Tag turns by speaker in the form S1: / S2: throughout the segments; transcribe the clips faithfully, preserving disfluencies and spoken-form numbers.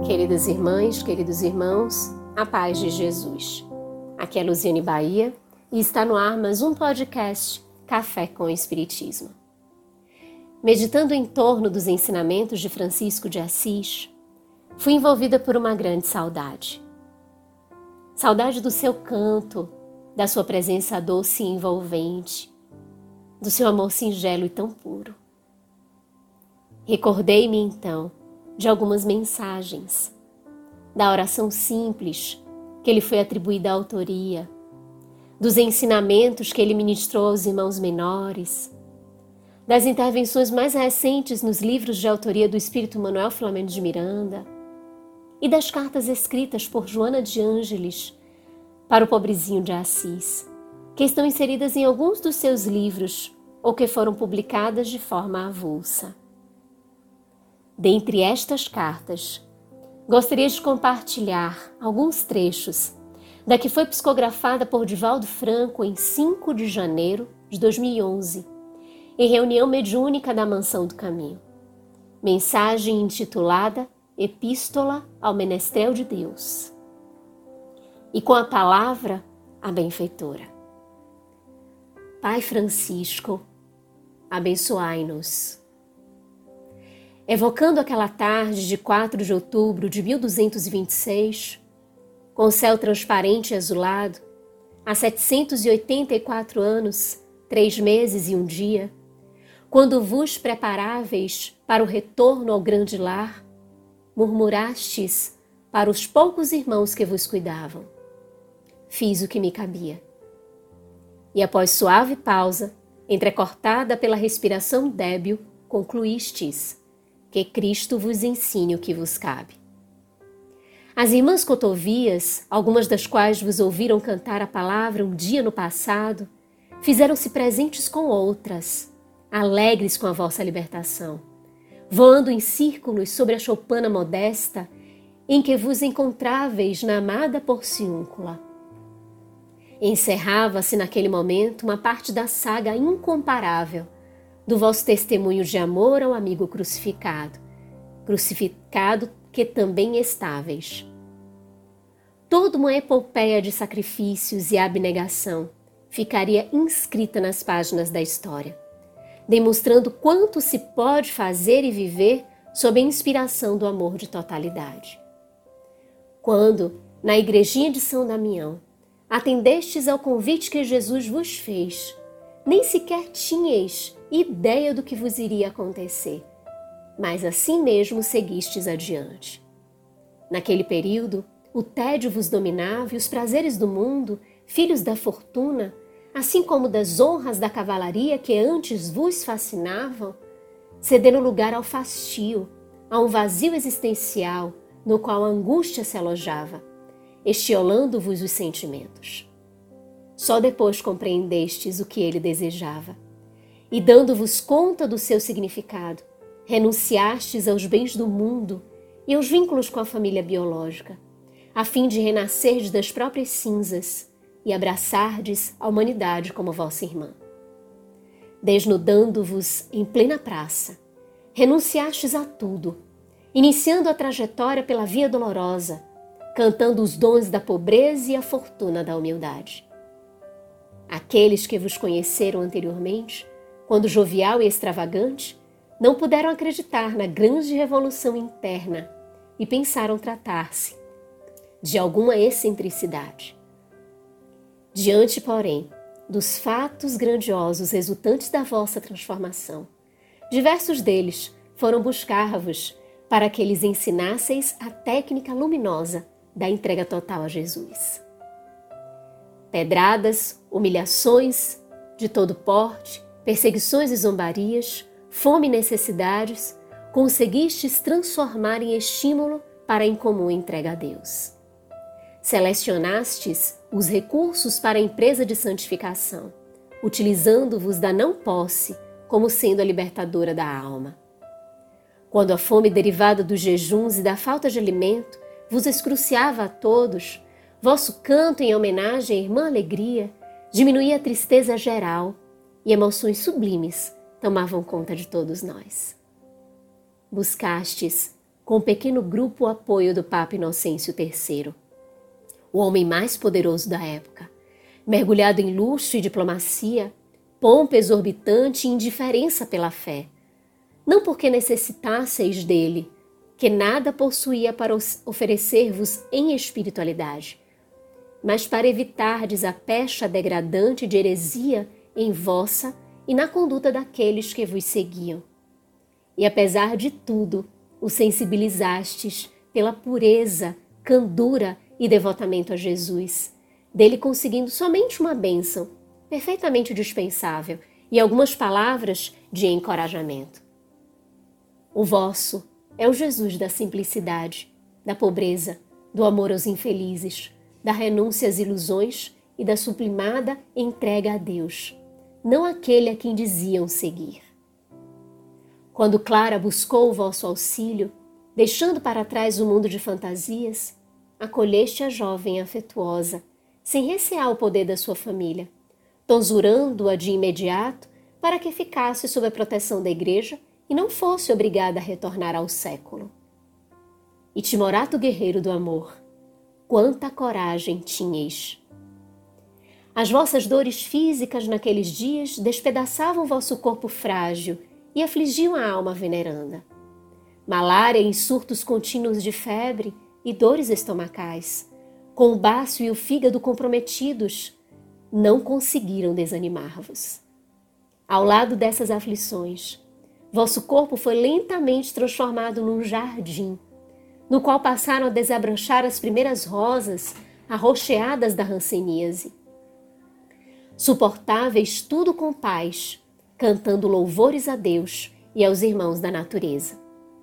S1: Queridas irmãs, queridos irmãos, a paz de Jesus. Aqui é Luziane Bahia e está no ar mais um podcast Café com o Espiritismo. Meditando em torno dos ensinamentos de Francisco de Assis, fui envolvida por uma grande saudade. Saudade do seu canto, da sua presença doce e envolvente, do seu amor singelo e tão puro. Recordei-me então de algumas mensagens, da oração simples que lhe foi atribuída a autoria, dos ensinamentos que ele ministrou aos irmãos menores, das intervenções mais recentes nos livros de autoria do Espírito Manuel Filomeno de Miranda e das cartas escritas por Joana de Ângeles para o pobrezinho de Assis, que estão inseridas em alguns dos seus livros ou que foram publicadas de forma avulsa. Dentre estas cartas, gostaria de compartilhar alguns trechos da que foi psicografada por Divaldo Franco em cinco de janeiro de dois mil e onze, em reunião mediúnica da Mansão do Caminho. Mensagem intitulada Epístola ao Menestrel de Deus. E com a palavra, a benfeitora. Pai Francisco, abençoai-nos. Evocando aquela tarde de quatro de outubro de mil duzentos e vinte e seis, com o céu transparente e azulado, há setecentos e oitenta e quatro anos, três meses e um dia, quando vos preparáveis para o retorno ao grande lar, murmurastes para os poucos irmãos que vos cuidavam. Fiz o que me cabia. E após suave pausa, entrecortada pela respiração débil, concluístes: que Cristo vos ensine o que vos cabe. As irmãs cotovias, algumas das quais vos ouviram cantar a palavra um dia no passado, fizeram-se presentes com outras, alegres com a vossa libertação, voando em círculos sobre a choupana modesta em que vos encontráveis na amada porciúncula. Encerrava-se naquele momento uma parte da saga incomparável do vosso testemunho de amor ao amigo crucificado, crucificado que também estáveis. Toda uma epopeia de sacrifícios e abnegação ficaria inscrita nas páginas da história, demonstrando quanto se pode fazer e viver sob a inspiração do amor de totalidade. Quando, na igrejinha de São Damião, atendestes ao convite que Jesus vos fez, nem sequer tinhais ideia do que vos iria acontecer, mas assim mesmo seguistes adiante. Naquele período, o tédio vos dominava e os prazeres do mundo, filhos da fortuna, assim como das honras da cavalaria que antes vos fascinavam, cederam lugar ao fastio, a um vazio existencial no qual a angústia se alojava, estiolando-vos os sentimentos. Só depois compreendestes o que ele desejava, e dando-vos conta do seu significado, renunciastes aos bens do mundo e aos vínculos com a família biológica, a fim de renascerdes das próprias cinzas e abraçardes a humanidade como vossa irmã. Desnudando-vos em plena praça, renunciastes a tudo, iniciando a trajetória pela via dolorosa, cantando os dons da pobreza e a fortuna da humildade. Aqueles que vos conheceram anteriormente, quando jovial e extravagante, não puderam acreditar na grande revolução interna e pensaram tratar-se de alguma excentricidade. Diante, porém, dos fatos grandiosos resultantes da vossa transformação, diversos deles foram buscar-vos para que lhes ensinasseis a técnica luminosa da entrega total a Jesus. Pedradas, humilhações de todo porte, perseguições e zombarias, fome e necessidades, conseguistes transformar em estímulo para a incomum entrega a Deus. Selecionastes os recursos para a empresa de santificação, utilizando-vos da não-posse como sendo a libertadora da alma. Quando a fome derivada dos jejuns e da falta de alimento vos excruciava a todos, vosso canto em homenagem à irmã Alegria diminuía a tristeza geral e emoções sublimes tomavam conta de todos nós. Buscastes, com um pequeno grupo o apoio do Papa Inocêncio terceiro, o homem mais poderoso da época, mergulhado em luxo e diplomacia, pompa exorbitante e indiferença pela fé. Não porque necessitasseis dele, que nada possuía para oferecer-vos em espiritualidade, mas para evitardes a pecha degradante de heresia em vossa e na conduta daqueles que vos seguiam. E apesar de tudo, o sensibilizastes pela pureza, candura e devotamento a Jesus, dele conseguindo somente uma bênção, perfeitamente dispensável, e algumas palavras de encorajamento. O vosso é o Jesus da simplicidade, da pobreza, do amor aos infelizes, da renúncia às ilusões e da sublimada entrega a Deus, não aquele a quem diziam seguir. Quando Clara buscou o vosso auxílio, deixando para trás o mundo de fantasias, acolheste a jovem afetuosa, sem recear o poder da sua família, tonsurando-a de imediato para que ficasse sob a proteção da igreja e não fosse obrigada a retornar ao século. E timorato guerreiro do amor, quanta coragem tinhais! As vossas dores físicas naqueles dias despedaçavam vosso corpo frágil e afligiam a alma veneranda. Malária em surtos contínuos de febre e dores estomacais, com o baço e o fígado comprometidos, não conseguiram desanimar-vos. Ao lado dessas aflições, vosso corpo foi lentamente transformado num jardim, no qual passaram a desabrochar as primeiras rosas arroxeadas da hanseníase. Suportáveis tudo com paz, cantando louvores a Deus e aos irmãos da natureza.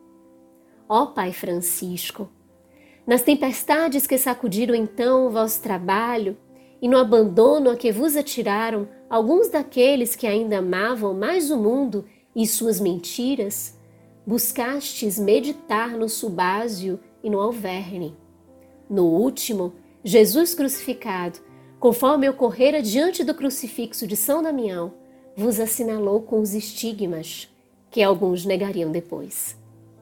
S1: Ó Pai Francisco, nas tempestades que sacudiram então o vosso trabalho e no abandono a que vos atiraram alguns daqueles que ainda amavam mais o mundo e suas mentiras, buscastes meditar no subásio e no alverne. No último, Jesus crucificado, conforme ocorrera diante do crucifixo de São Damião, vos assinalou com os estigmas que alguns negariam depois.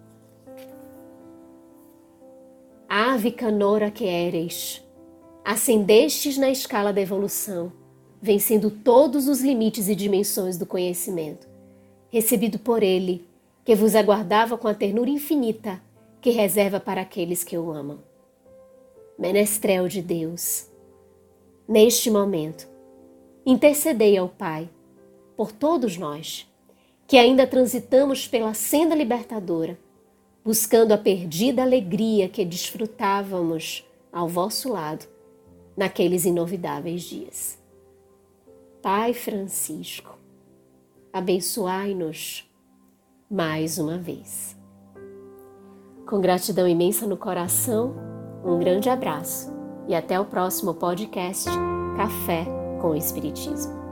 S1: Ave canora que éreis, ascendestes na escala da evolução, vencendo todos os limites e dimensões do conhecimento, recebido por ele, que vos aguardava com a ternura infinita que reserva para aqueles que o amam. Menestrel de Deus, neste momento, intercedei ao Pai, por todos nós, que ainda transitamos pela senda libertadora, buscando a perdida alegria que desfrutávamos ao vosso lado naqueles inovidáveis dias. Pai Francisco, abençoai-nos mais uma vez. Com gratidão imensa no coração, um grande abraço e até o próximo podcast Café com o Espiritismo.